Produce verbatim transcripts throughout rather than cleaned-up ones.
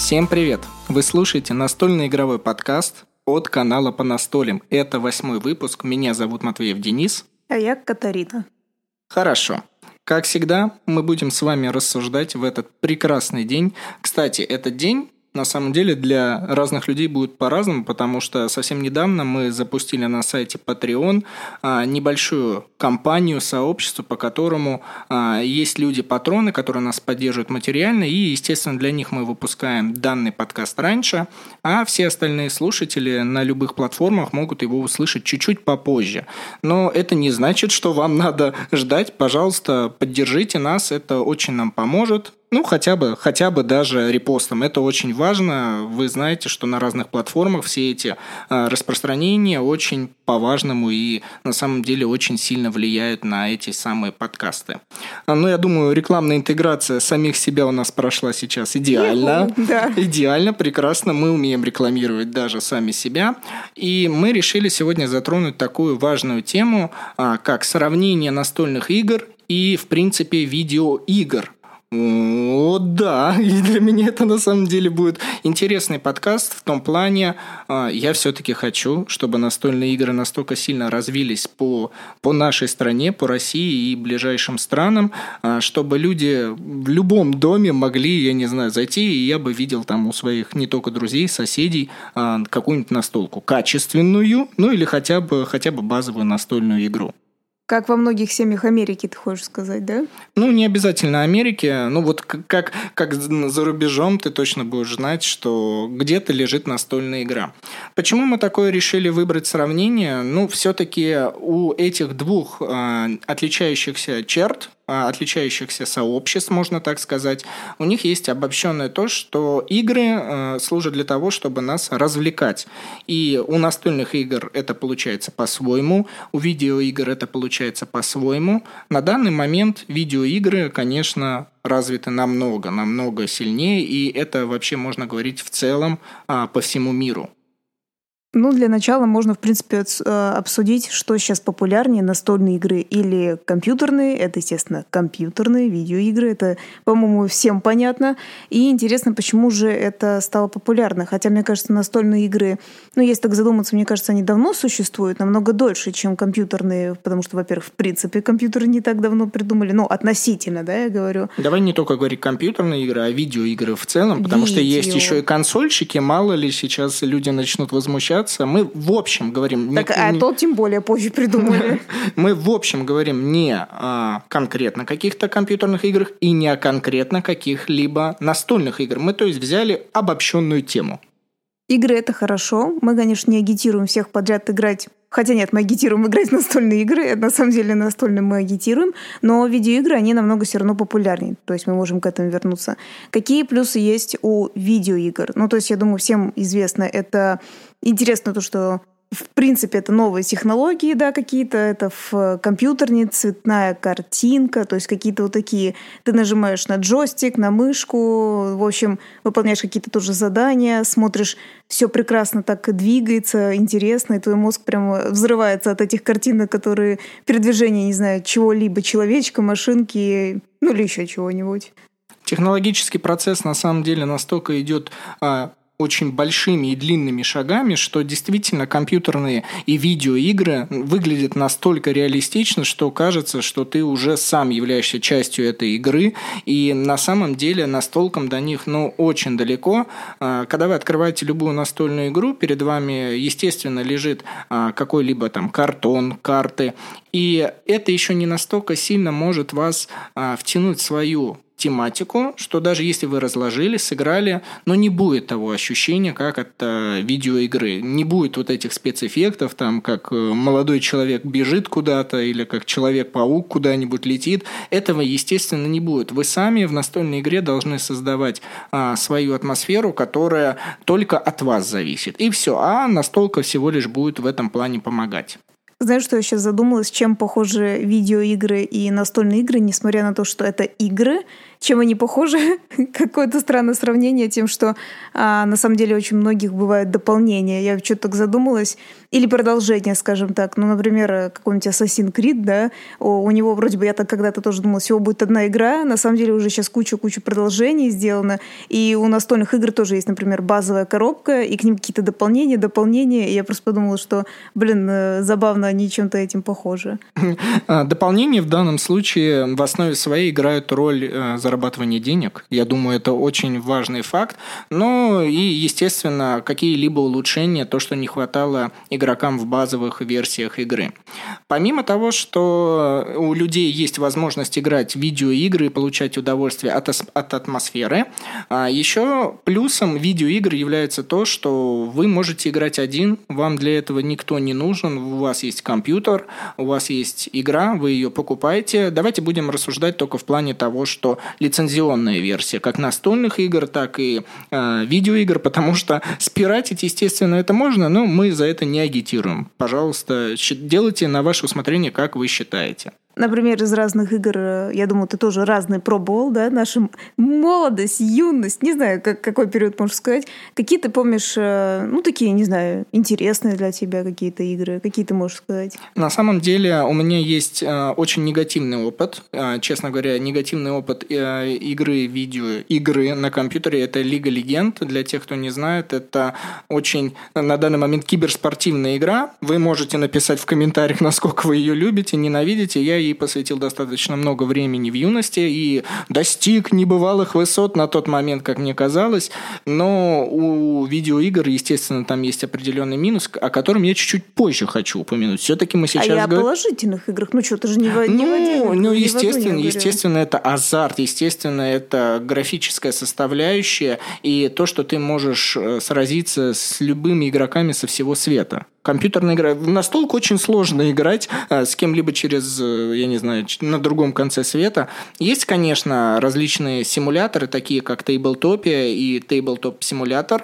Всем привет! Вы слушаете настольный игровой подкаст от канала «По настолям». Это восьмой выпуск. Меня зовут Матвеев Денис. А я Катарина. Хорошо. Как всегда, мы будем с вами рассуждать в этот прекрасный день. Кстати, этот день на самом деле для разных людей будет по-разному, потому что совсем недавно мы запустили на сайте Patreon небольшую кампанию, сообщество, по которому есть люди-патроны, которые нас поддерживают материально, и, естественно, для них мы выпускаем данный подкаст раньше, а все остальные слушатели на любых платформах могут его услышать чуть-чуть попозже. Но это не значит, что вам надо ждать. Пожалуйста, поддержите нас, это очень нам поможет. Ну, хотя бы, хотя бы даже репостом. Это очень важно. Вы знаете, что на разных платформах все эти э, распространения очень по-важному и на самом деле очень сильно влияют на эти самые подкасты. Ну, я думаю, рекламная интеграция самих себя у нас прошла сейчас идеально. Да. Идеально, прекрасно. Мы умеем рекламировать даже сами себя. И мы решили сегодня затронуть такую важную тему, э, как сравнение настольных игр и, в принципе, видеоигр. О, да, и для меня это на самом деле будет интересный подкаст в том плане, я все-таки хочу, чтобы настольные игры настолько сильно развились по, по нашей стране, по России и ближайшим странам, чтобы люди в любом доме могли, я не знаю, зайти, и я бы видел там у своих не только друзей, соседей какую-нибудь настолку качественную, ну или хотя бы, хотя бы базовую настольную игру. Как во многих семьях Америки, ты хочешь сказать, да? Ну, не обязательно Америки. Ну, вот как, как за рубежом ты точно будешь знать, что где-то лежит настольная игра. Почему мы такое решили выбрать сравнение? Ну, все-таки у этих двух э, отличающихся черт, отличающихся сообществ, можно так сказать, у них есть обобщенное то, что игры э, служат для того, чтобы нас развлекать. И у настольных игр это получается по-своему, у видеоигр это получается по-своему. На данный момент видеоигры, конечно, развиты намного, намного сильнее, и это вообще можно говорить в целом э, по всему миру. Ну, для начала можно, в принципе, обсудить, что сейчас популярнее, настольные игры или компьютерные. Это, естественно, компьютерные видеоигры. Это, по-моему, всем понятно. И интересно, почему же это стало популярно. Хотя, мне кажется, настольные игры, ну, если так задуматься, мне кажется, они давно существуют, намного дольше, чем компьютерные, потому что, во-первых, в принципе, компьютеры не так давно придумали. Ну, относительно, да, я говорю. Давай не только говорить компьютерные игры, а видеоигры в целом, потому Видео. что есть еще и консольщики. Мало ли сейчас люди начнут возмущаться. Мы в общем говорим... Так, не, а не... то тем более позже придумали. Мы в общем говорим не о конкретно каких-то компьютерных играх и не о конкретно каких-либо настольных игр. Мы, то есть, взяли обобщенную тему. Игры – это хорошо. Мы, конечно, не агитируем всех подряд играть. Хотя нет, мы агитируем играть в настольные игры. Это, на самом деле, настольные мы агитируем. Но видеоигры, они намного все равно популярнее. То есть мы можем к этому вернуться. Какие плюсы есть у видеоигр? Ну, то есть, я думаю, всем известно, это интересно то, что в принципе, это новые технологии, да, какие-то, это в компьютерне цветная картинка, то есть какие-то вот такие, ты нажимаешь на джойстик, на мышку, в общем, выполняешь какие-то тоже задания, смотришь, все прекрасно так двигается, интересно, и твой мозг прямо взрывается от этих картинок, которые передвижение, не знаю, чего-либо, человечка, машинки, ну или еще чего-нибудь. Технологический процесс на самом деле настолько идет... А... очень большими и длинными шагами, что действительно компьютерные и видеоигры выглядят настолько реалистично, что кажется, что ты уже сам являешься частью этой игры, и на самом деле настолкам до них ну, очень далеко. Когда вы открываете любую настольную игру, перед вами, естественно, лежит какой-либо там картон, карты, и это еще не настолько сильно может вас втянуть в свою тематику, что даже если вы разложили, сыграли, но не будет того ощущения, как от э, видеоигры. Не будет вот этих спецэффектов, там, как э, молодой человек бежит куда-то или как Человек-паук куда-нибудь летит. Этого, естественно, не будет. Вы сами в настольной игре должны создавать э, свою атмосферу, которая только от вас зависит. И все. А настолка всего лишь будет в этом плане помогать. Знаешь, что я сейчас задумалась, чем похожи видеоигры и настольные игры, несмотря на то, что это игры, чем они похожи? Какое-то странное сравнение тем, что а, на самом деле очень многих бывают дополнения. Я что-то так задумалась. Или продолжение, скажем так. Ну, например, какой-нибудь Assassin's Creed, да, у, у него вроде бы, я так когда-то тоже думала, всего будет одна игра. На самом деле уже сейчас куча-куча продолжений сделано. И у настольных игр тоже есть, например, базовая коробка, и к ним какие-то дополнения, дополнения. И я просто подумала, что, блин, забавно, они чем-то этим похожи. Дополнения в данном случае в основе своей играют роль зарабатывания денег. Я думаю, это очень важный факт. Но и, естественно, какие-либо улучшения, то, что не хватало игрокам в базовых версиях игры. Помимо того, что у людей есть возможность играть в видеоигры и получать удовольствие от, от атмосферы, еще плюсом видеоигр является то, что вы можете играть один, вам для этого никто не нужен, у вас есть компьютер, у вас есть игра, вы ее покупаете. Давайте будем рассуждать только в плане того, что лицензионная версия как настольных игр, так и э, видеоигр, потому что спиратить, естественно, это можно, но мы за это не агитируем. Пожалуйста, делайте на ваше усмотрение, как вы считаете. Например, из разных игр, я думаю, ты тоже разные пробовал, да, наша молодость, юность, не знаю, как, какой период можешь сказать. Какие ты помнишь, ну, такие, не знаю, интересные для тебя какие-то игры, какие ты можешь сказать? На самом деле у меня есть очень негативный опыт, честно говоря, негативный опыт игры, видеоигры на компьютере, это Лига Легенд, для тех, кто не знает, это очень, на данный момент, киберспортивная игра, вы можете написать в комментариях, насколько вы ее любите, ненавидите, я ей посвятил достаточно много времени в юности и достиг небывалых высот на тот момент, как мне казалось. Но у видеоигр, естественно, там есть определенный минус, о котором я чуть-чуть позже хочу упомянуть. Все-таки мы сейчас... А я говор... о положительных играх. Ну что, ты же не в, не ну, в один. Ну, естественно, естественно, это азарт, естественно, это графическая составляющая и то, что ты можешь сразиться с любыми игроками со всего света. Компьютерная игра. В настолку очень сложно играть а, с кем-либо через, я не знаю, на другом конце света. Есть, конечно, различные симуляторы, такие как Tabletopia и Tabletop Simulator.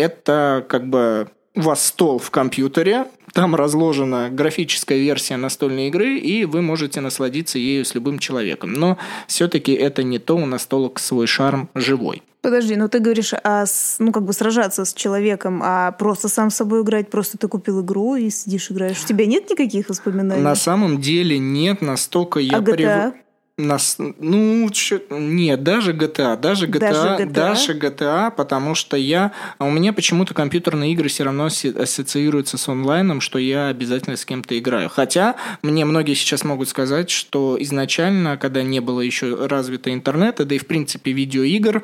Это как бы у вас стол в компьютере, там разложена графическая версия настольной игры, и вы можете насладиться ею с любым человеком. Но все-таки это не то, у настолок свой шарм живой. Подожди, ну ты говоришь, а, ну как бы сражаться с человеком, а просто сам с собой играть, просто ты купил игру и сидишь играешь. У тебя нет никаких воспоминаний? На самом деле нет, настолько я... А джи ти эй? Прив... Нас, ну, чё, нет, даже джи ти эй, даже джи ти эй, даже джи ти эй, даже джи ти эй, потому что я, у меня почему-то компьютерные игры все равно ассоциируются с онлайном, что я обязательно с кем-то играю. Хотя мне многие сейчас могут сказать, что изначально, когда не было еще развито интернета, да и в принципе видеоигр,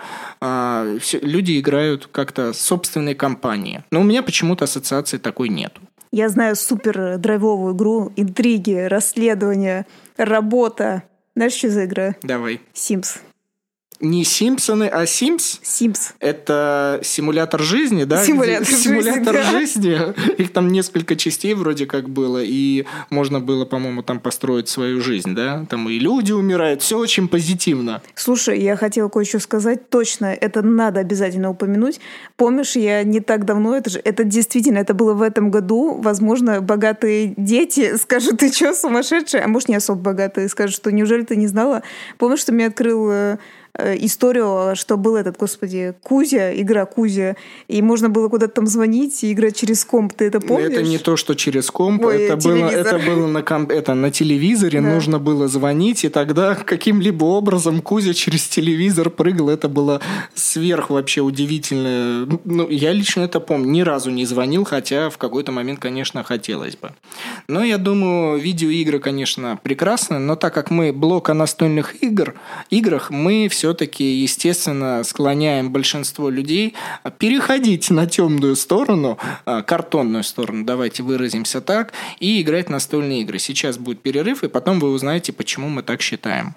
э, все, люди играют как-то в собственной компании. Но у меня почему-то ассоциации такой нету. Я знаю супер драйвовую игру, интриги, расследования, работа. Знаешь, что за игра? Давай. Sims. Не Симпсоны, а Sims? Sims. Это симулятор жизни, да? Симулятор жизни, Симулятор да. жизни. Их там несколько частей вроде как было, и можно было, по-моему, там построить свою жизнь, да? Там и люди умирают, все очень позитивно. Слушай, я хотела кое-что сказать. Точно, это надо обязательно упомянуть. Помнишь, я не так давно, это же, это действительно, это было в этом году. Возможно, богатые дети скажут, ты что, сумасшедшая? А может, не особо богатые, скажут, что неужели ты не знала? Помнишь, что мне открыл историю, что был этот, господи, Кузя, игра Кузя, и можно было куда-то там звонить и играть через комп, ты это помнишь? Это не то, что через комп, Ой, это, было, это было на, комп, это на телевизоре, да. Нужно было звонить, и тогда каким-либо образом Кузя через телевизор прыгал, это было сверх вообще удивительно. Ну, я лично это помню, ни разу не звонил, хотя в какой-то момент, конечно, хотелось бы. Но я думаю, видеоигры, конечно, прекрасны, но так как мы блок о настольных игр, играх, мы все все-таки, естественно, склоняем большинство людей переходить на темную сторону, картонную сторону, давайте выразимся так, и играть в настольные игры. Сейчас будет перерыв, и потом вы узнаете, почему мы так считаем.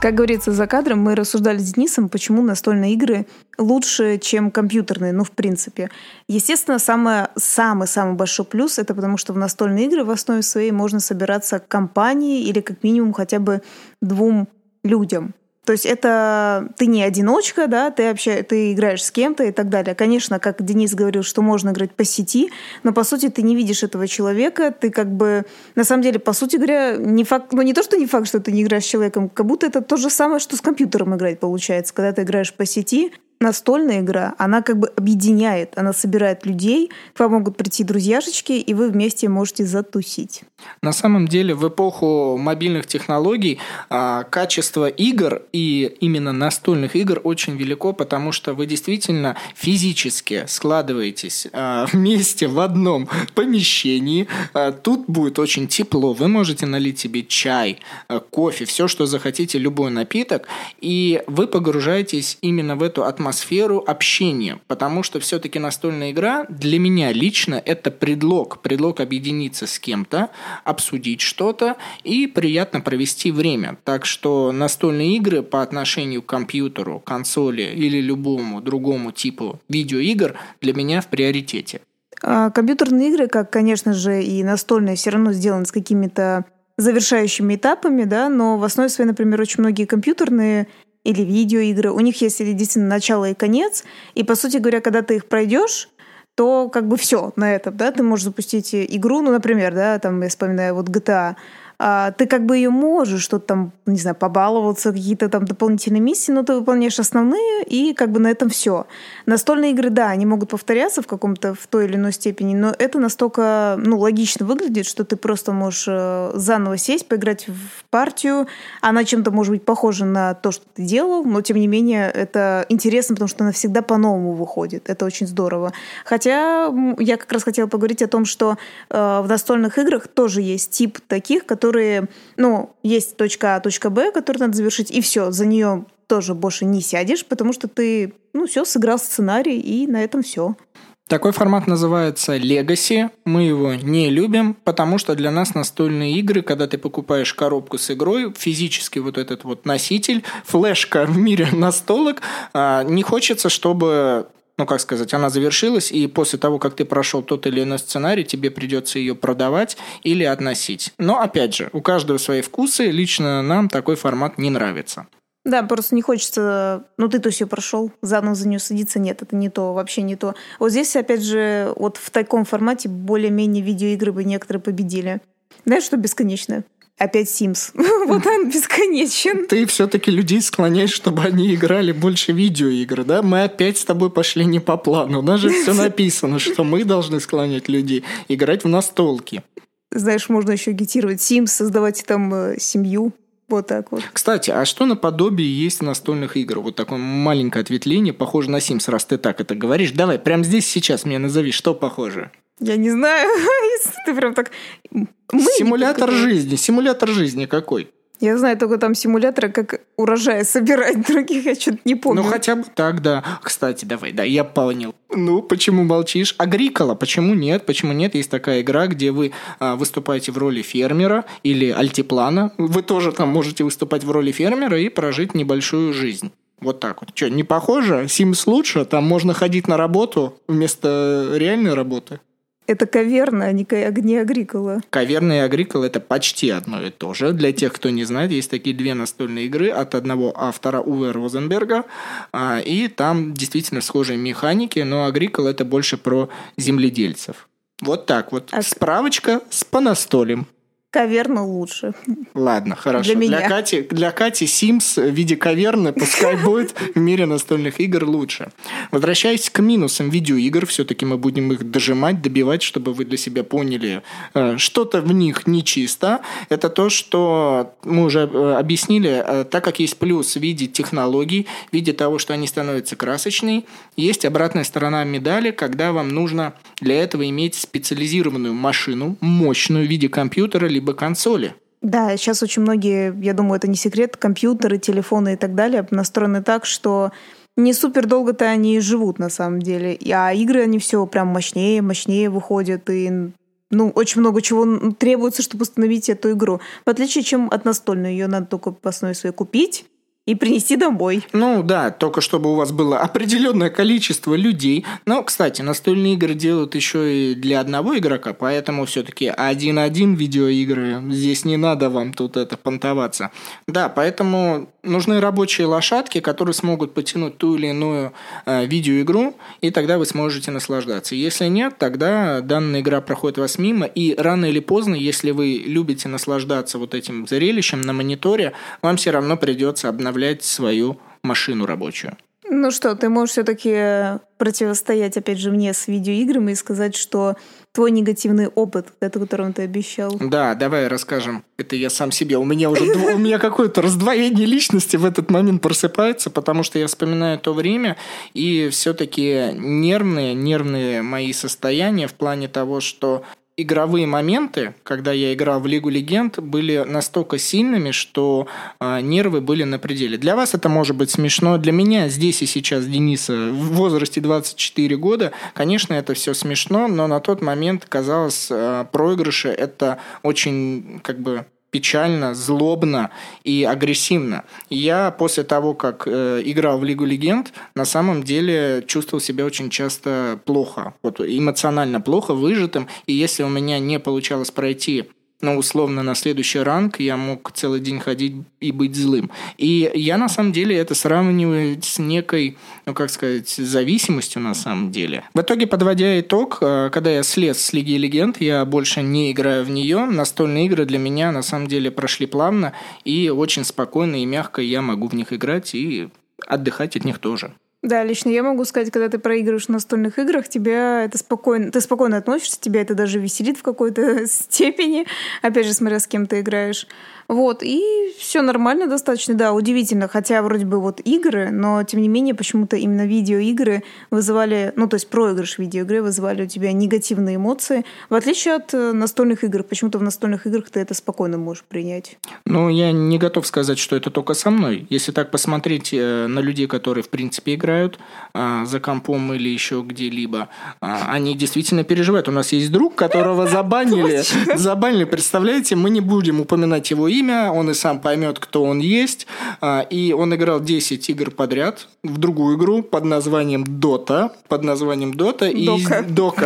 Как говорится за кадром, мы рассуждали с Денисом, почему настольные игры лучше, чем компьютерные, ну, в принципе. Естественно, самое, самый-самый большой плюс — это потому, что в настольные игры в основе своей можно собираться компанией или как минимум хотя бы двум людям. То есть это ты не одиночка, да, ты вообще ты играешь с кем-то и так далее. Конечно, как Денис говорил, что можно играть по сети, но по сути ты не видишь этого человека, ты как бы на самом деле, по сути говоря, не факт, ну не то, что не факт, что ты не играешь с человеком, как будто это то же самое, что с компьютером играть получается, когда ты играешь по сети. Настольная игра, она как бы объединяет, она собирает людей, к вам могут прийти друзьяшечки, и вы вместе можете затусить. На самом деле, в эпоху мобильных технологий а, качество игр и именно настольных игр очень велико, потому что вы действительно физически складываетесь а, вместе в одном помещении. А, тут будет очень тепло, вы можете налить себе чай, а, кофе, все, что захотите, любой напиток, и вы погружаетесь именно в эту атмосферу, атмосферу общения, потому что все-таки настольная игра для меня лично это предлог, предлог объединиться с кем-то, обсудить что-то и приятно провести время. Так что настольные игры по отношению к компьютеру, консоли или любому другому типу видеоигр для меня в приоритете. А компьютерные игры, как, конечно же, и настольные, все равно сделаны с какими-то завершающими этапами, да, но в основе своей, например, очень многие компьютерные или видеоигры, у них есть действительно начало и конец, и, по сути говоря, когда ты их пройдешь, то как бы все на этом, да, ты можешь запустить игру, ну, например, да, там, я вспоминаю вот джи ти эй, а, ты как бы ее можешь, что-то там, не знаю, побаловаться, какие-то там дополнительные миссии, но ты выполняешь основные, и как бы на этом все. Настольные игры, да, они могут повторяться в каком-то, в той или иной степени, но это настолько, ну, логично выглядит, что ты просто можешь заново сесть, поиграть в партию, она чем-то может быть похожа на то, что ты делал, но, тем не менее, это интересно, потому что она всегда по-новому выходит. Это очень здорово. Хотя я как раз хотела поговорить о том, что э, в настольных играх тоже есть тип таких, которые которые, ну, есть точка А, точка Б, которую надо завершить, и все, за нее тоже больше не сядешь, потому что ты, ну, все, сыграл сценарий, и на этом все. Такой формат называется Legacy. Мы его не любим, потому что для нас настольные игры, когда ты покупаешь коробку с игрой, физически вот этот вот носитель, флешка в мире настолок, не хочется, чтобы... ну, как сказать, она завершилась, и после того, как ты прошел тот или иной сценарий, тебе придется ее продавать или относить. Но, опять же, у каждого свои вкусы, лично нам такой формат не нравится. Да, просто не хочется, ну ты-то все прошел, заново за нее садиться, нет, это не то, вообще не то. Вот здесь, опять же, вот в таком формате более-менее видеоигры бы некоторые победили. Знаешь, что бесконечно? Опять Sims. Вот он бесконечен. Ты все-таки людей склоняешь, чтобы они играли больше видеоигр, да? Мы опять с тобой пошли не по плану. У нас же все написано, что мы должны склонять людей играть в настолки. Знаешь, можно еще агитировать Sims, создавать там э, семью. Вот так вот. Кстати, а что наподобие есть в настольных игр? Вот такое маленькое ответвление, похоже на Sims, раз ты так это говоришь. Давай, прямо здесь сейчас мне назови, что похоже. Я не знаю, если ты прям так... Симулятор жизни. Симулятор жизни какой? Я знаю только там симуляторы, как урожай собирать, других я что-то не помню. Ну, хотя бы так, да. Кстати, давай, да, я понял. Ну, почему молчишь? Агрикола, почему нет? Почему нет? Есть такая игра, где вы а, выступаете в роли фермера или альтиплана. Вы тоже там можете выступать в роли фермера и прожить небольшую жизнь. Вот так вот. Что, не похоже? Sims лучше? Там можно ходить на работу вместо реальной работы? Это каверна, а не, не Агрикола. Каверна и Агрикола – это почти одно и то же. Для тех, кто не знает, есть такие две настольные игры от одного автора Уве Розенберга. И там действительно схожие механики, но Агрикола – это больше про земледельцев. Вот так вот. А... Справочка с понастолем. Каверна лучше. Ладно, хорошо. Для, меня. для Кати, для Кати Sims в виде каверны пускай будет в мире настольных игр лучше. Возвращаясь к минусам видеоигр, все-таки мы будем их дожимать, добивать, чтобы вы для себя поняли, что-то в них нечисто. Это то, что мы уже объяснили, так как есть плюс в виде технологий, в виде того, что они становятся красочнее, есть обратная сторона медали, когда вам нужно для этого иметь специализированную машину, мощную в виде компьютера, либо консоли. Да, сейчас очень многие, я думаю, это не секрет, компьютеры, телефоны и так далее настроены так, что не супер долго-то они живут на самом деле. А игры, они все прям мощнее, мощнее выходят, и ну, очень много чего требуется, чтобы установить эту игру. В отличие чем от настольной, ее надо только по основе своей купить, и принести домой. Ну да, только чтобы у вас было определенное количество людей. Но, кстати, настольные игры делают еще и для одного игрока, поэтому все-таки один-один видеоигры. Здесь не надо вам тут это понтоваться. Да, поэтому нужны рабочие лошадки, которые смогут потянуть ту или иную э, видеоигру, и тогда вы сможете наслаждаться. Если нет, тогда данная игра проходит вас мимо, и рано или поздно, если вы любите наслаждаться вот этим зрелищем на мониторе, вам все равно придется обновлять свою машину рабочую. Ну что, ты можешь все-таки противостоять, опять же, мне с видеоиграми и сказать, что твой негативный опыт, это которым ты обещал. Да, давай расскажем. Это я сам себе. У меня уже у меня какое-то раздвоение личности в этот момент просыпается, потому что я вспоминаю то время, и все-таки нервные, нервные мои состояния в плане того, что игровые моменты, когда я играл в Лигу Легенд, были настолько сильными, что э, нервы были на пределе. Для вас это может быть смешно. Для меня здесь и сейчас, Дениса, в возрасте двадцать четыре года, конечно, это все смешно, но на тот момент казалось, э, проигрыши это очень как бы печально, злобно и агрессивно. Я после того, как э, играл в Лигу Легенд, на самом деле чувствовал себя очень часто плохо, вот, эмоционально плохо, выжатым, и если у меня не получалось пройти, ну, условно, на следующий ранг, я мог целый день ходить и быть злым. И я, на самом деле, это сравниваю с некой, ну, как сказать, зависимостью, на самом деле. В итоге, подводя итог, когда я слез с Лиги Легенд, я больше не играю в нее. Настольные игры для меня, на самом деле, прошли плавно, и очень спокойно и мягко я могу в них играть и отдыхать от них тоже. Да, лично я могу сказать, когда ты проигрываешь в настольных играх, тебя это спокойно, ты спокойно относишься, тебя это даже веселит в какой-то степени, опять же, смотря с кем ты играешь. Вот, и все нормально достаточно, да, удивительно, хотя вроде бы вот игры, но тем не менее почему-то именно видеоигры вызывали, ну то есть проигрыш видеоигры вызывали у тебя негативные эмоции, в отличие от настольных игр, почему-то в настольных играх ты это спокойно можешь принять. Ну, я не готов сказать, что это только со мной. Если так посмотреть на людей, которые в принципе играют а, за компом или еще где-либо, а, они действительно переживают. У нас есть друг, которого забанили, забанили, представляете, мы не будем упоминать его имя, он и сам поймет, кто он есть. И он играл десять игр подряд в другую игру под названием Dota. Под названием Dota. Дока. И Дока.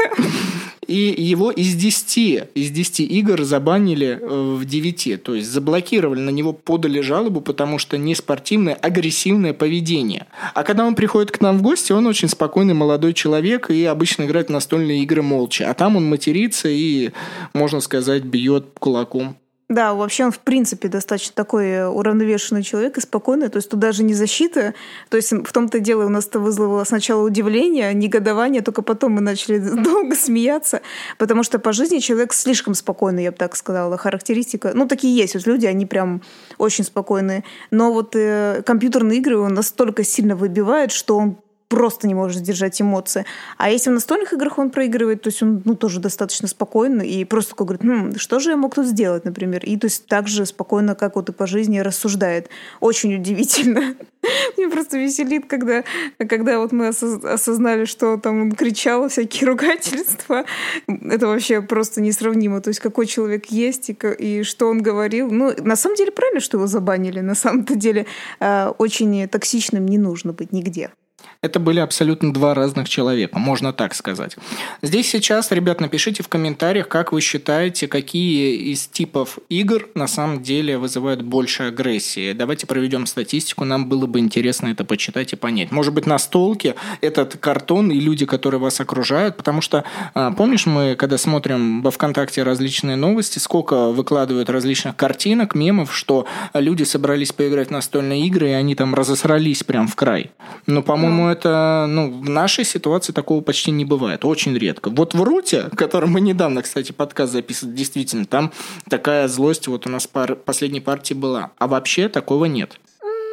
И его из десяти, из десяти игр забанили в девяти. То есть заблокировали, на него подали жалобу, потому что неспортивное, агрессивное поведение. А когда он приходит к нам в гости, он очень спокойный молодой человек и обычно играет в настольные игры молча. А там он матерится и, можно сказать, бьет кулаком. Да, вообще он, в принципе, достаточно такой уравновешенный человек и спокойный. То есть тут даже не защита. То есть в том-то дело у нас это вызвало сначала удивление, негодование, только потом мы начали долго смеяться. Потому что по жизни человек слишком спокойный, я бы так сказала. Характеристика... Ну, такие есть вот люди, они прям очень спокойные. Но вот э, компьютерные игры он настолько сильно выбивает, что он просто не может сдержать эмоции. А если в настольных играх он проигрывает, то есть он ну, тоже достаточно спокойно и просто такой говорит, хм, что же я мог тут сделать, например. И то есть так же спокойно, как вот и по жизни, рассуждает. Очень удивительно. Мне просто веселит, когда, когда вот мы осознали, что там он кричал, всякие ругательства. Это вообще просто несравнимо. То есть какой человек есть и, и что он говорил. Ну, на самом деле правильно, что его забанили. На самом-то деле очень токсичным не нужно быть нигде. Это были абсолютно два разных человека, можно так сказать. Здесь сейчас, ребят, напишите в комментариях, как вы считаете, какие из типов игр на самом деле вызывают больше агрессии. Давайте проведем статистику, нам было бы интересно это почитать и понять. Может быть, настолки, этот картон и люди, которые вас окружают, потому что, помнишь, мы, когда смотрим во ВКонтакте различные новости, сколько выкладывают различных картинок, мемов, что люди собрались поиграть в настольные игры, и они там разосрались прям в край. Но, по-моему, это, ну, в нашей ситуации такого почти не бывает, очень редко. Вот в Руте, в котором мы недавно, кстати, подкаст записывали, действительно, там такая злость вот у нас пар... последней партии была. А вообще такого нет.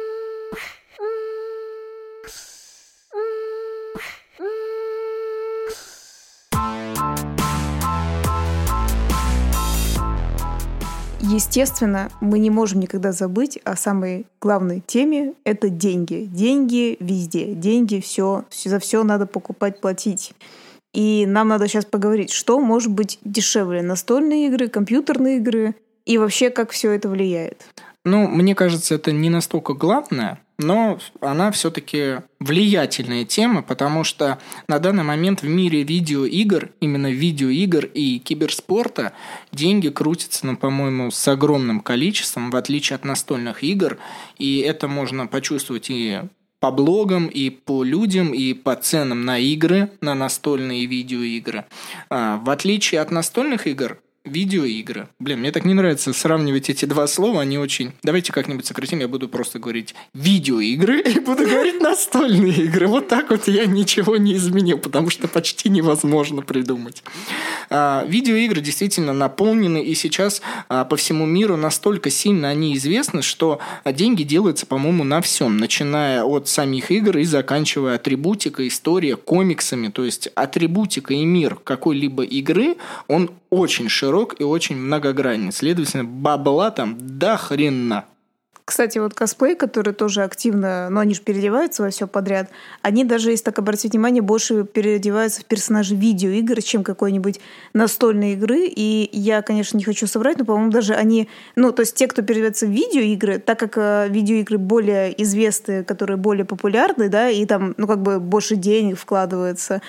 Естественно, мы не можем никогда забыть о самой главной теме – это деньги. Деньги везде. Деньги – все. За все надо покупать, платить. И нам надо сейчас поговорить, что может быть дешевле – настольные игры, компьютерные игры и вообще как все это влияет. Ну, мне кажется, это не настолько главное, но она все-таки влиятельная тема, потому что на данный момент в мире видеоигр, именно видеоигр и киберспорта, деньги крутятся, ну, по-моему, с огромным количеством, в отличие от настольных игр, и это можно почувствовать и по блогам, и по людям, и по ценам на игры, на настольные видеоигры. А, в отличие от настольных игр, видеоигры. Блин, мне так не нравится сравнивать эти два слова, они очень... Давайте как-нибудь сократим, я буду просто говорить видеоигры и буду говорить настольные игры. Вот так вот я ничего не изменил, потому что почти невозможно придумать. А, видеоигры действительно наполнены, и сейчас а, по всему миру настолько сильно они известны, что деньги делаются, по-моему, на всем, начиная от самих игр и заканчивая атрибутикой, историей, комиксами. То есть атрибутика и мир какой-либо игры, он очень широк и очень многогранен. Следовательно, бабла там до хрена. Кстати, вот косплей, который тоже активно, но они же переодеваются во все подряд, они даже, если так обратить внимание, больше переодеваются в персонажей видеоигр, чем какой-нибудь настольной игры. И я, конечно, не хочу соврать, но, по-моему, даже они... Ну, то есть те, кто переодевается в видеоигры, так как э, видеоигры более известные, которые более популярны, да, и там, ну, как бы больше денег вкладывается,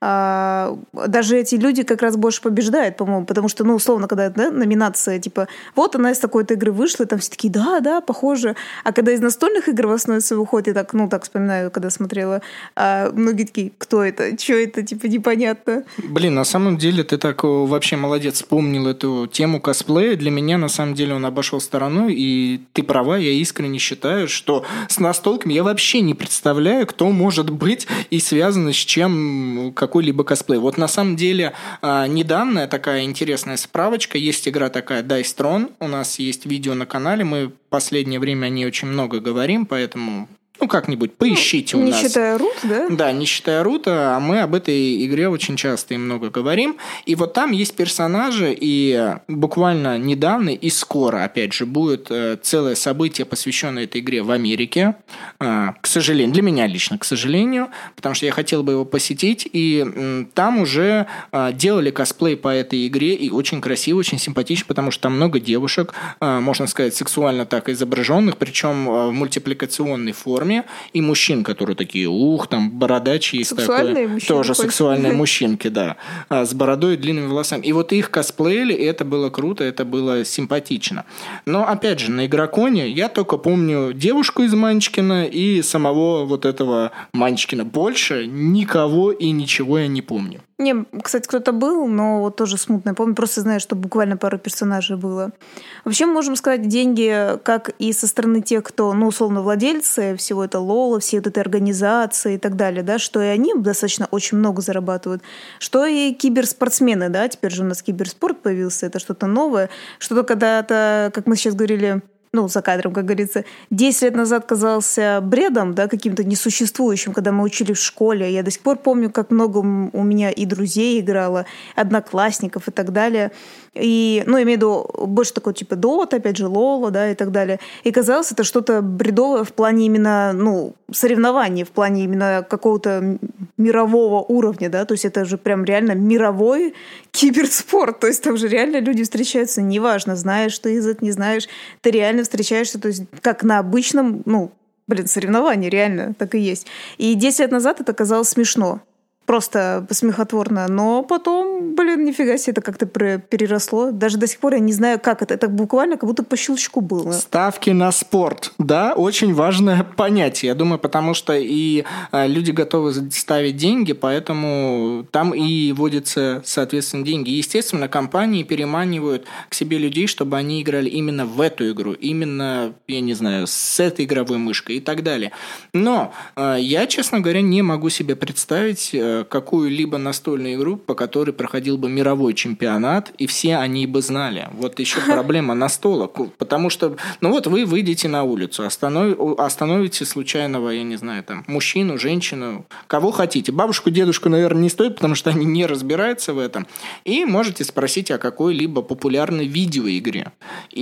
э, даже эти люди как раз больше побеждают, по-моему, потому что, ну, условно, когда, да, номинация, типа, вот она из такой-то игры вышла, и там все такие, да, да, похоже. А когда из настольных игр в основе своего выходит, я так, ну, так вспоминаю, когда смотрела, а многие такие, кто это, что это, типа, непонятно. Блин, на самом деле ты так вообще молодец, вспомнил эту тему косплея. Для меня, на самом деле, он обошел стороной, и ты права, я искренне считаю, что с настолками я вообще не представляю, кто может быть и связан с чем какой-либо косплей. Вот на самом деле недавняя такая интересная справочка, есть игра такая Dice Throne, у нас есть видео на канале, мы в последнее время о ней очень много говорим, поэтому, ну, как-нибудь поищите ну, у не нас. Не считая Рут, да? Да, не считая Рута, а мы об этой игре очень часто и много говорим. И вот там есть персонажи, и буквально недавно и скоро, опять же, будет целое событие, посвященное этой игре в Америке. К сожалению, для меня лично, к сожалению, потому что я хотел бы его посетить, и там уже делали косплей по этой игре, и очень красиво, очень симпатично, потому что там много девушек, можно сказать, сексуально так изображенных, причем в мультипликационной форме, и мужчин, которые такие, ух, там бородач есть сексуальные такой. Мужчины, тоже хоть. Сексуальные мужчинки, да. С бородой и длинными волосами. И вот их косплеили, и это было круто, это было симпатично. Но, опять же, на Игроконе я только помню девушку из Манчкина и самого вот этого Манчкина. Больше никого и ничего я не помню. Не, кстати, кто-то был, но вот тоже смутно. Я помню, просто знаю, что буквально пару персонажей было. Вообще, мы можем сказать, деньги как и со стороны тех, кто, ну, условно, владельцы всего это Лола, всей вот этой организации и так далее, да, что и они достаточно очень много зарабатывают, что и киберспортсмены, да, теперь же у нас киберспорт появился, это что-то новое, что-то когда-то, как мы сейчас говорили, ну, за кадром, как говорится, десять лет назад казался бредом, да, каким-то несуществующим, когда мы учили в школе. Я до сих пор помню, как много у меня и друзей играло, одноклассников и так далее. И, ну, имею в виду больше такой типа Dota, опять же, Лола, да, и так далее. И казалось, это что-то бредовое в плане именно, ну, соревнований, в плане именно какого-то мирового уровня, да, то есть это же прям реально мировой киберспорт, то есть там же реально люди встречаются, неважно, знаешь ты язык, не знаешь, ты реально встречаешься, то есть как на обычном, ну, блин, соревновании, реально так и есть. И десять лет назад это казалось смешно. Просто смехотворно. Но потом, блин, нифига себе, это как-то переросло. Даже до сих пор я не знаю, как это. Это буквально как будто по щелчку было. Ставки на спорт. Да, очень важное понятие. Я думаю, потому что и люди готовы ставить деньги, поэтому там и вводятся, соответственно, деньги. Естественно, компании переманивают к себе людей, чтобы они играли именно в эту игру. Именно, я не знаю, с этой игровой мышкой и так далее. Но я, честно говоря, не могу себе представить какую-либо настольную игру, по которой проходил бы мировой чемпионат, и все они бы знали. Вот еще проблема настолок. Потому что, ну вот вы выйдете на улицу, останов... остановите случайного, я не знаю, там, мужчину, женщину, кого хотите. Бабушку, дедушку, наверное, не стоит, потому что они не разбираются в этом. И можете спросить о какой-либо популярной видеоигре.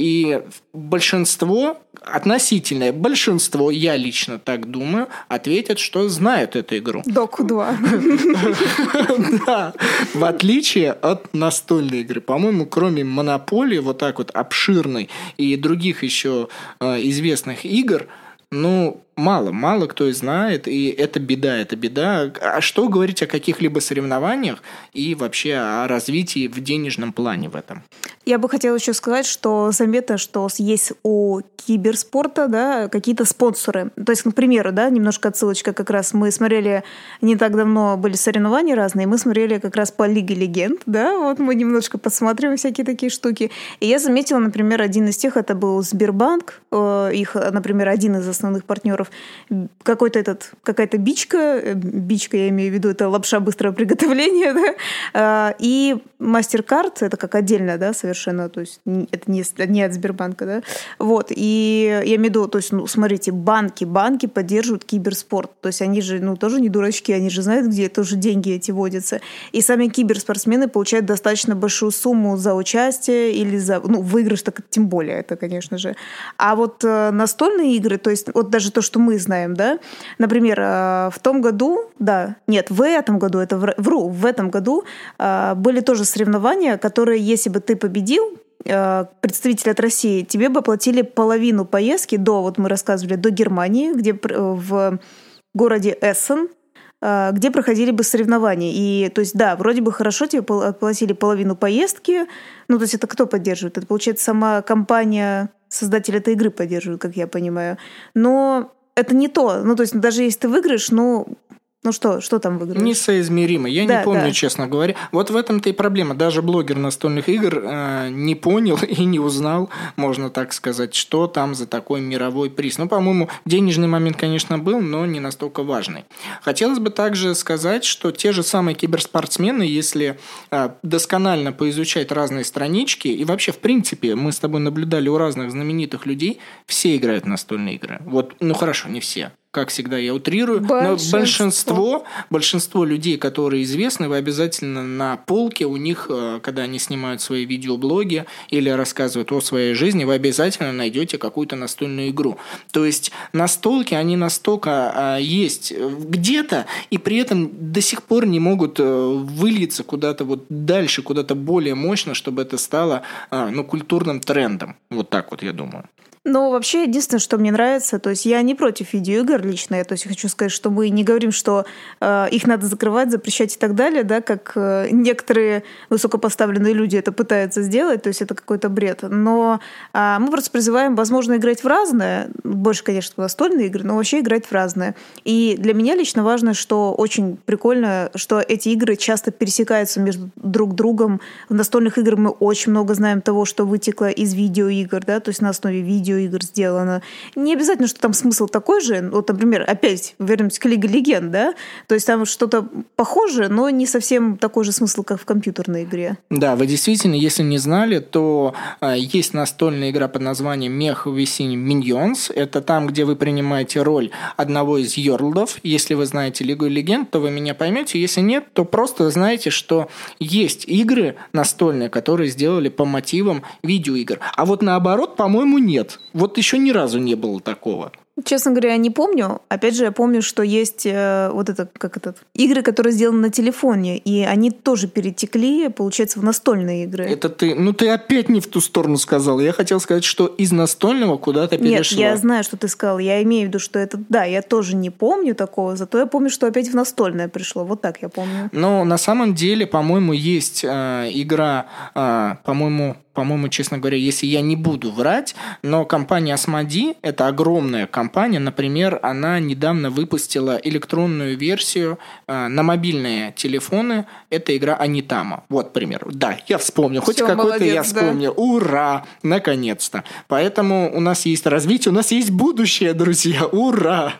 И большинство, относительное большинство, я лично так думаю, ответят, что знают эту игру. Доку два. Да, в отличие от настольной игры. По-моему, кроме Монополии, вот так вот обширной, и других еще известных игр, ну, мало, мало кто и знает, и это беда, это беда. А что говорить о каких-либо соревнованиях и вообще о развитии в денежном плане в этом? Я бы хотела еще сказать, что заметно, что есть у киберспорта, да, какие-то спонсоры. То есть, к примеру, да, немножко отсылочка как раз. Мы смотрели, не так давно были соревнования разные, мы смотрели как раз по Лиге Легенд, да, вот мы немножко посмотрим всякие такие штуки. И я заметила, например, один из тех, это был Сбербанк, их, например, один из основных партнеров, какой-то этот, какая-то бичка, бичка, я имею в виду, это лапша быстрого приготовления, да, и MasterCard, это как отдельно, да, совершенно, то есть это не, не от Сбербанка, да, вот, и я имею в виду, то есть, ну, смотрите, банки, банки поддерживают киберспорт, то есть они же, ну, тоже не дурачки, они же знают, где тоже деньги эти водятся, и сами киберспортсмены получают достаточно большую сумму за участие или за, ну, выигрыш, так тем более это, конечно же, а вот настольные игры, то есть вот даже то, что мы знаем, да, например, в том году, да, нет, в этом году, это вру, в этом году были тоже соревнования, которые, если бы ты победил, представитель от России, тебе бы оплатили половину поездки до, вот мы рассказывали, до Германии, где в городе Эссен, где проходили бы соревнования. И, то есть, да, вроде бы хорошо, тебе оплатили половину поездки, ну, то есть это кто поддерживает? Это, получается, сама компания, создатель этой игры поддерживает, как я понимаю. Но это не то. Ну, то есть, даже если ты выиграешь, ну, ну что, что там выиграешь? Несоизмеримо. Я да, не помню, да. честно говоря. Вот в этом-то и проблема. Даже блогер настольных игр э, не понял и не узнал, можно так сказать, что там за такой мировой приз. Ну, по-моему, денежный момент, конечно, был, но не настолько важный. Хотелось бы также сказать, что те же самые киберспортсмены, если э, досконально поизучать разные странички, и вообще, в принципе, мы с тобой наблюдали у разных знаменитых людей, все играют в настольные игры. Вот, ну хорошо, не все. Как всегда, я утрирую, большинство. но большинство, большинство людей, которые известны, вы обязательно на полке у них, когда они снимают свои видеоблоги или рассказывают о своей жизни, вы обязательно найдете какую-то настольную игру. То есть настолки, они настолько а, есть где-то, и при этом до сих пор не могут вылиться куда-то вот дальше, куда-то более мощно, чтобы это стало а, ну, культурным трендом. Вот так вот, я думаю. Ну, вообще, единственное, что мне нравится, то есть я не против видеоигр лично, я, то есть хочу сказать, что мы не говорим, что э, их надо закрывать, запрещать и так далее, да, как э, некоторые высокопоставленные люди это пытаются сделать, то есть это какой-то бред. Но э, мы просто призываем, возможно, играть в разное, больше, конечно, в настольные игры, но вообще играть в разное. И для меня лично важно, что очень прикольно, что эти игры часто пересекаются между друг другом. В настольных играх мы очень много знаем того, что вытекло из видеоигр, да, то есть на основе видео игр сделано. Не обязательно, что там смысл такой же. Вот, например, опять вернемся к Лиге Легенд, да? То есть там что-то похожее, но не совсем такой же смысл, как в компьютерной игре. Да, вы действительно, если не знали, то э, есть настольная игра под названием Mech Within Minions. Это там, где вы принимаете роль одного из йорлдов. Если вы знаете Лигу Легенд, то вы меня поймете. Если нет, то просто знаете, что есть игры настольные, которые сделали по мотивам видеоигр. А вот наоборот, по-моему, нет. Вот еще ни разу не было такого. Честно говоря, я не помню. Опять же, я помню, что есть э, вот это, как это, игры, которые сделаны на телефоне, и они тоже перетекли, получается, в настольные игры. Это ты, ну ты опять не в ту сторону сказал. Я хотел сказать, что из настольного куда-то перешло. Нет, я знаю, что ты сказал. Я имею в виду, что это, да, я тоже не помню такого, зато я помню, что опять в настольное пришло. Вот так я помню. Но на самом деле, по-моему, есть э, игра, э, по-моему, по-моему, честно говоря, если я не буду врать, но компания Asmodee, это огромная компания, например, она недавно выпустила электронную версию э, на мобильные телефоны, это игра Анитама. Вот, к примеру. Да, я вспомнил, хоть какой-то я вспомнил. Да. Ура! Наконец-то. Поэтому у нас есть развитие, у нас есть будущее, друзья. Ура!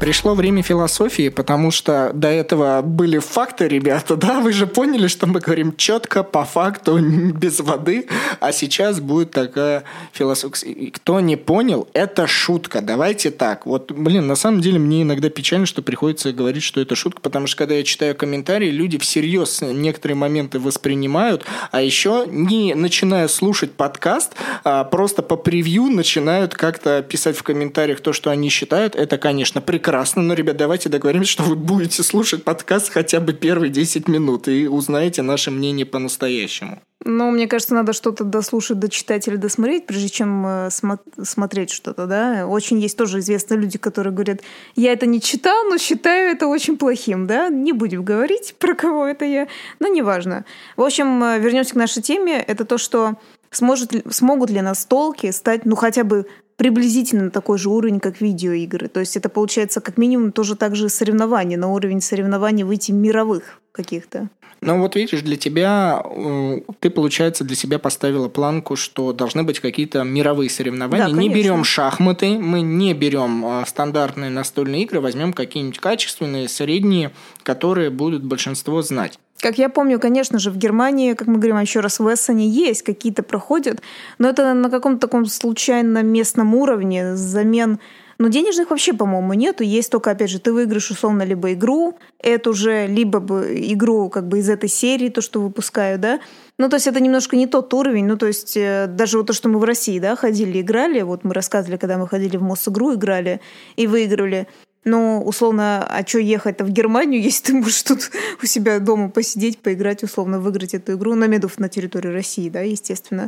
Пришло время философии, потому что до этого были факты, ребята, да? Вы же поняли, что мы говорим четко, по факту, без воды, а сейчас будет такая философия. Кто не понял, это шутка. Давайте так. Вот, блин, на самом деле мне иногда печально, что приходится говорить, что это шутка, потому что когда я читаю комментарии, люди всерьез некоторые моменты воспринимают, а еще не начиная слушать подкаст, а просто по превью начинают как-то писать в комментариях то, что они считают. Это, конечно, прекрасно. Прекрасно, но, ребят, давайте договоримся, что вы будете слушать подкаст хотя бы первые десять минут и узнаете наше мнение по-настоящему. Ну, мне кажется, надо что-то дослушать, дочитать или досмотреть, прежде чем э, смо- смотреть что-то, да. Очень есть тоже известные люди, которые говорят, я это не читал, но считаю это очень плохим, да. Не будем говорить, про кого это я, но неважно. В общем, вернемся к нашей теме. Это то, что сможет, смогут ли настолки стать, ну, хотя бы приблизительно на такой же уровень, как видеоигры. То есть это получается как минимум тоже так же соревнования, на уровень соревнований выйти мировых каких-то. Ну вот видишь, для тебя, ты, получается, для себя поставила планку, что должны быть какие-то мировые соревнования. Да, не берем шахматы, мы не берем стандартные настольные игры, возьмем какие-нибудь качественные, средние, которые будут большинство знать. Как я помню, конечно же, в Германии, как мы говорим еще раз, в Эссене есть, какие-то проходят, но это на каком-то таком случайном местном уровне, замен... Но денежных вообще, по-моему, нету. Есть только, опять же, ты выиграешь условно либо игру, эту же, либо бы игру как бы из этой серии, то, что выпускаю, да. Ну, то есть это немножко не тот уровень. Ну, то есть даже вот то, что мы в России, да, ходили, играли, вот мы рассказывали, когда мы ходили в Мосигру, играли и выигрывали. Ну, условно, а что ехать-то в Германию, если ты можешь тут у себя дома посидеть, поиграть, условно, выиграть эту игру, на медов на территории России, да, естественно.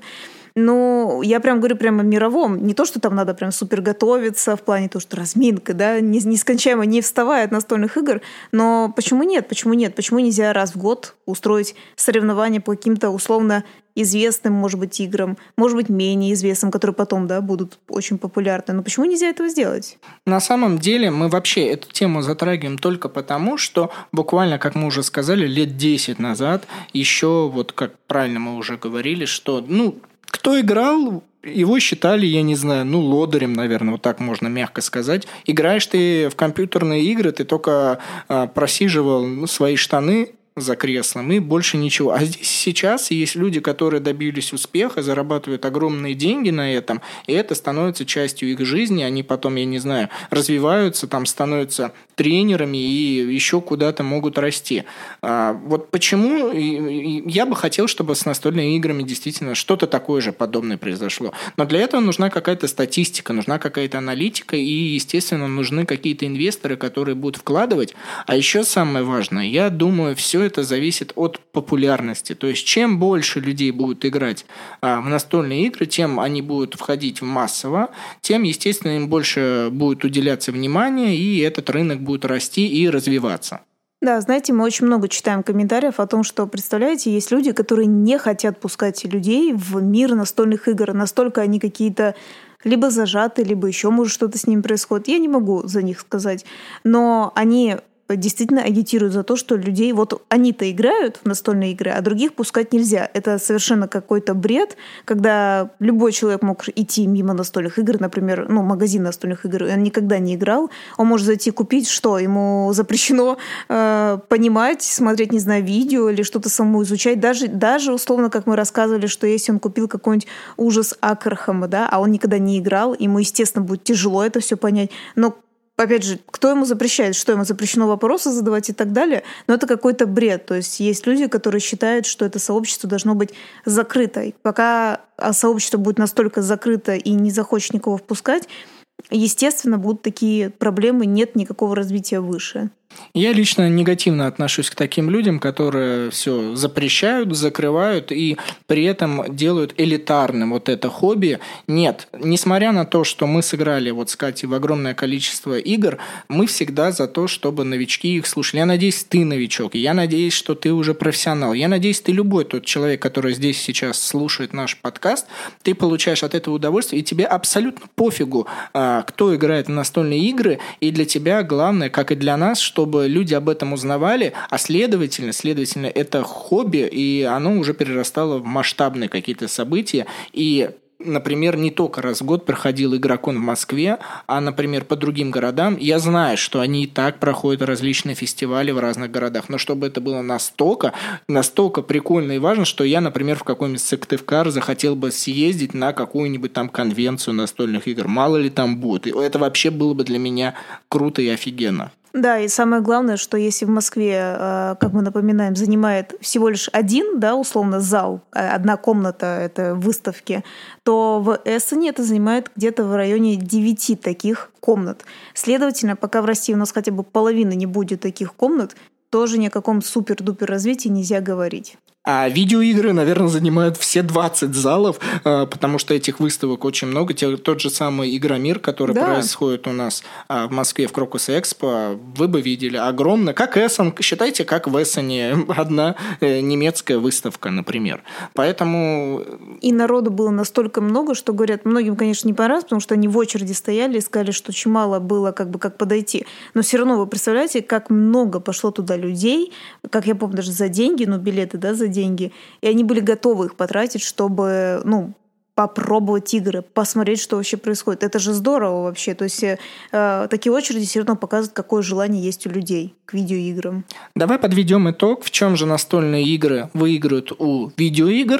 Ну, я прям говорю прямо мировом. Не то, что там надо прям супер готовиться в плане того, что разминка, да, нескончаемо не вставая от настольных игр. Но почему нет? Почему нет? Почему нельзя раз в год устроить соревнования по каким-то условно известным, может быть, играм, может быть, менее известным, которые потом, да, будут очень популярны. Но почему нельзя этого сделать? На самом деле мы вообще эту тему затрагиваем только потому, что буквально, как мы уже сказали, лет десять назад еще, вот как правильно мы уже говорили, что, ну, кто играл, его считали, я не знаю, ну, лодырем, наверное, вот так можно мягко сказать. Играешь ты в компьютерные игры, ты только а, просиживал ну, свои штаны за креслом и больше ничего. А здесь сейчас есть люди, которые добились успеха, зарабатывают огромные деньги на этом, и это становится частью их жизни. Они потом, я не знаю, развиваются, там становятся тренерами и еще куда-то могут расти. А, вот почему я бы хотел, чтобы с настольными играми действительно что-то такое же подобное произошло. Но для этого нужна какая-то статистика, нужна какая-то аналитика и, естественно, нужны какие-то инвесторы, которые будут вкладывать. А еще самое важное, я думаю, все это зависит от популярности. То есть, чем больше людей будут играть а, в настольные игры, тем они будут входить в массово, тем, естественно, им больше будет уделяться внимание, и этот рынок будет расти и развиваться. Да, знаете, мы очень много читаем комментариев о том, что, представляете, есть люди, которые не хотят пускать людей в мир настольных игр. Настолько они какие-то либо зажаты, либо еще, может, что-то с ними происходит. Я не могу за них сказать. Но они действительно агитируют за то, что людей... Вот они-то играют в настольные игры, а других пускать нельзя. Это совершенно какой-то бред, когда любой человек мог идти мимо настольных игр, например, ну, магазин настольных игр, он никогда не играл, он может зайти купить, что? Ему запрещено э, понимать, смотреть, не знаю, видео или что-то самому изучать. Даже, даже условно, как мы рассказывали, что если он купил какой-нибудь ужас Аркхема, да, а он никогда не играл, ему, естественно, будет тяжело это все понять. Но опять же, кто ему запрещает, что ему запрещено вопросы задавать и так далее, но это какой-то бред. То есть есть люди, которые считают, что это сообщество должно быть закрыто. И пока сообщество будет настолько закрыто и не захочет никого впускать, естественно, будут такие проблемы, нет никакого развития выше. Я лично негативно отношусь к таким людям, которые все запрещают, закрывают и при этом делают элитарным вот это хобби. Нет, несмотря на то, что мы сыграли вот с Катей в огромное количество игр, мы всегда за то, чтобы новички их слушали. Я надеюсь, ты новичок, я надеюсь, что ты уже профессионал, я надеюсь, ты любой тот человек, который здесь сейчас слушает наш подкаст, ты получаешь от этого удовольствие, и тебе абсолютно пофигу, кто играет в настольные игры, и для тебя главное, как и для нас, что чтобы люди об этом узнавали, а следовательно, следовательно, это хобби, и оно уже перерастало в масштабные какие-то события, и например, не только раз в год проходил Игрокон в Москве, а, например, по другим городам. Я знаю, что они и так проходят различные фестивали в разных городах, но чтобы это было настолько, настолько прикольно и важно, что я, например, в какой-нибудь Сыктывкар захотел бы съездить на какую-нибудь там конвенцию настольных игр. Мало ли там будет. И это вообще было бы для меня круто и офигенно. Да, и самое главное, что если в Москве, как мы напоминаем, занимает всего лишь один, да, условно, зал, одна комната это выставки, то в Эссене это занимает где-то в районе девяти таких комнат. Следовательно, пока в России у нас хотя бы половины не будет таких комнат, тоже ни о каком супер-дупер развитии нельзя говорить. А видеоигры, наверное, занимают все двадцать залов, потому что этих выставок очень много. Тот же самый Игромир, который да. происходит у нас в Москве в Крокус Экспо, вы бы видели огромно. Как Эссен, считайте, как в Эссене одна немецкая выставка, например. Поэтому... И народу было настолько много, что, говорят, многим, конечно, не понравилось, потому что они в очереди стояли и сказали, что очень мало было как бы как подойти. Но все равно вы представляете, как много пошло туда людей, как я помню, даже за деньги, ну, билеты, да, за деньги, деньги, и они были готовы их потратить, чтобы, ну, попробовать игры, посмотреть, что вообще происходит. Это же здорово вообще. То есть э, такие очереди все равно показывают, какое желание есть у людей к видеоиграм. Давай подведем итог, в чем же настольные игры выигрывают у видеоигр,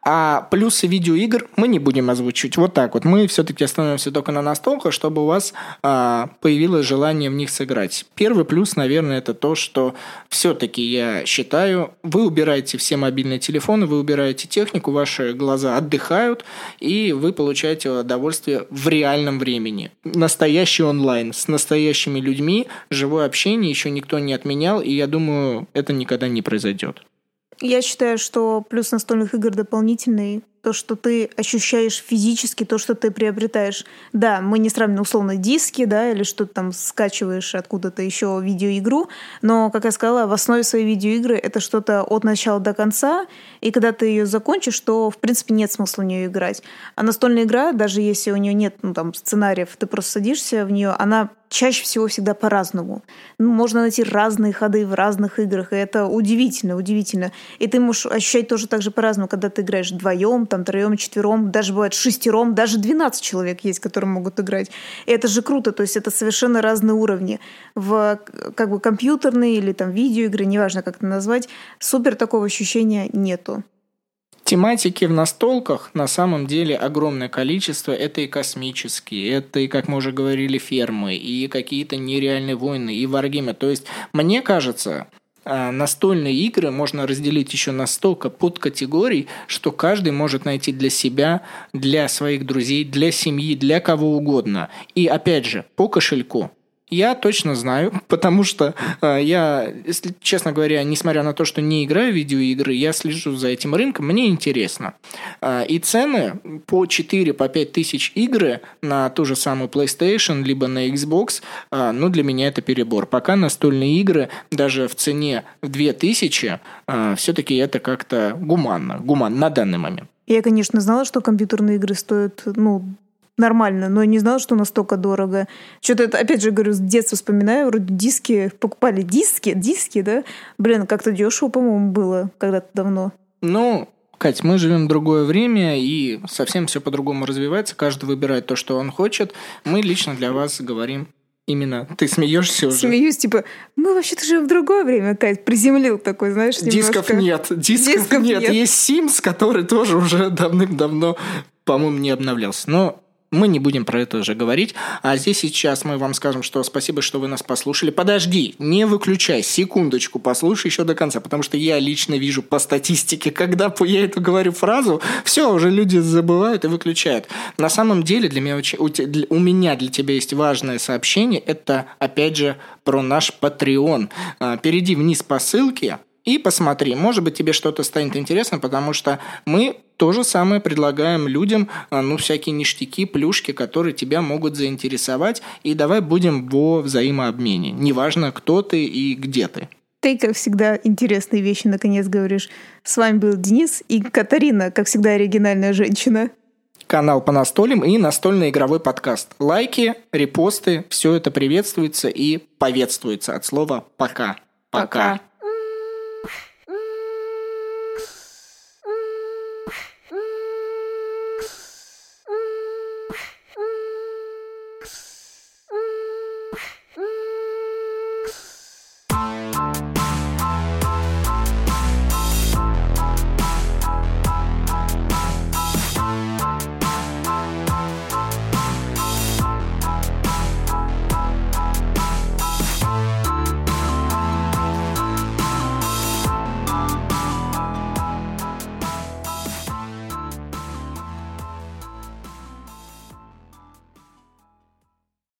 а плюсы видеоигр мы не будем озвучивать. Вот так вот. Мы все-таки остановимся только на настолках, чтобы у вас э, появилось желание в них сыграть. Первый плюс, наверное, это то, что все-таки я считаю, вы убираете все мобильные телефоны, вы убираете технику, ваши глаза отдыхают, и вы получаете удовольствие в реальном времени. Настоящий онлайн, с настоящими людьми, живое общение еще никто не отменял, и я думаю, это никогда не произойдет. Я считаю, что плюс настольных игр дополнительный то, что ты ощущаешь физически, то, что ты приобретаешь. Да, мы не сравниваем условно диски, да, или что-то там скачиваешь откуда-то еще видеоигру, но, как я сказала, в основе своей видеоигры это что-то от начала до конца, и когда ты ее закончишь, то, в принципе, нет смысла в нее играть. А настольная игра, даже если у нее нет, ну, там, сценариев, ты просто садишься в нее, она чаще всего всегда по-разному. Ну, можно найти разные ходы в разных играх, и это удивительно, удивительно. И ты можешь ощущать тоже так же по-разному, когда ты играешь вдвоем, там, троем, четвером, даже бывает шестером, даже двенадцать человек есть, которые могут играть. И это же круто, то есть это совершенно разные уровни. В как бы компьютерные или там видеоигры, неважно, как это назвать, супер такого ощущения нету. Тематики в настолках на самом деле огромное количество. Это и космические, это и, как мы уже говорили, фермы, и какие-то нереальные войны, и варгеймы. То есть, мне кажется, настольные игры можно разделить еще на столько подкатегорий, что каждый может найти для себя, для своих друзей, для семьи, для кого угодно. И опять же, по кошельку. Я точно знаю, потому что э, я, если, честно говоря, несмотря на то, что не играю в видеоигры, я слежу за этим рынком, мне интересно. Э, и цены по четыре-пять тысяч игры на ту же самую PlayStation, либо на Xbox, э, ну, для меня это перебор. Пока настольные игры даже в цене в две тысячи, э, все-таки это как-то гуманно, гуманно на данный момент. Я, конечно, знала, что компьютерные игры стоят, ну, нормально, но я не знала, что настолько дорого. Что-то это, опять же, говорю, с детства вспоминаю, вроде диски, покупали диски, диски, да? Блин, как-то дешево, по-моему, было когда-то давно. Ну, Кать, мы живем в другое время, и совсем все по-другому развивается, каждый выбирает то, что он хочет. Мы лично для вас говорим именно... Ты смеешься уже? Смеюсь, типа, мы вообще-то живем в другое время, Кать, приземлил такой, знаешь, немножко. Дисков нет, дисков, дисков нет. нет. Есть Sims, который тоже уже давным-давно, по-моему, не обновлялся. Но мы не будем про это уже говорить. А здесь сейчас мы вам скажем, что спасибо, что вы нас послушали. Подожди, не выключай, секундочку, послушай еще до конца, потому что я лично вижу по статистике, когда я эту говорю фразу, все, уже люди забывают и выключают. На самом деле для меня, у меня для тебя есть важное сообщение, это, опять же, про наш Patreon. Перейди вниз по ссылке и посмотри, может быть, тебе что-то станет интересно, потому что мы то же самое предлагаем людям, ну, всякие ништяки, плюшки, которые тебя могут заинтересовать, и давай будем во взаимообмене. Неважно, кто ты и где ты. Ты, как всегда, интересные вещи наконец говоришь. С вами был Денис и Катарина, как всегда, оригинальная женщина. Канал по настолям и настольный игровой подкаст. Лайки, репосты, все это приветствуется и поветствуется от слова «пока». Пока. Пока.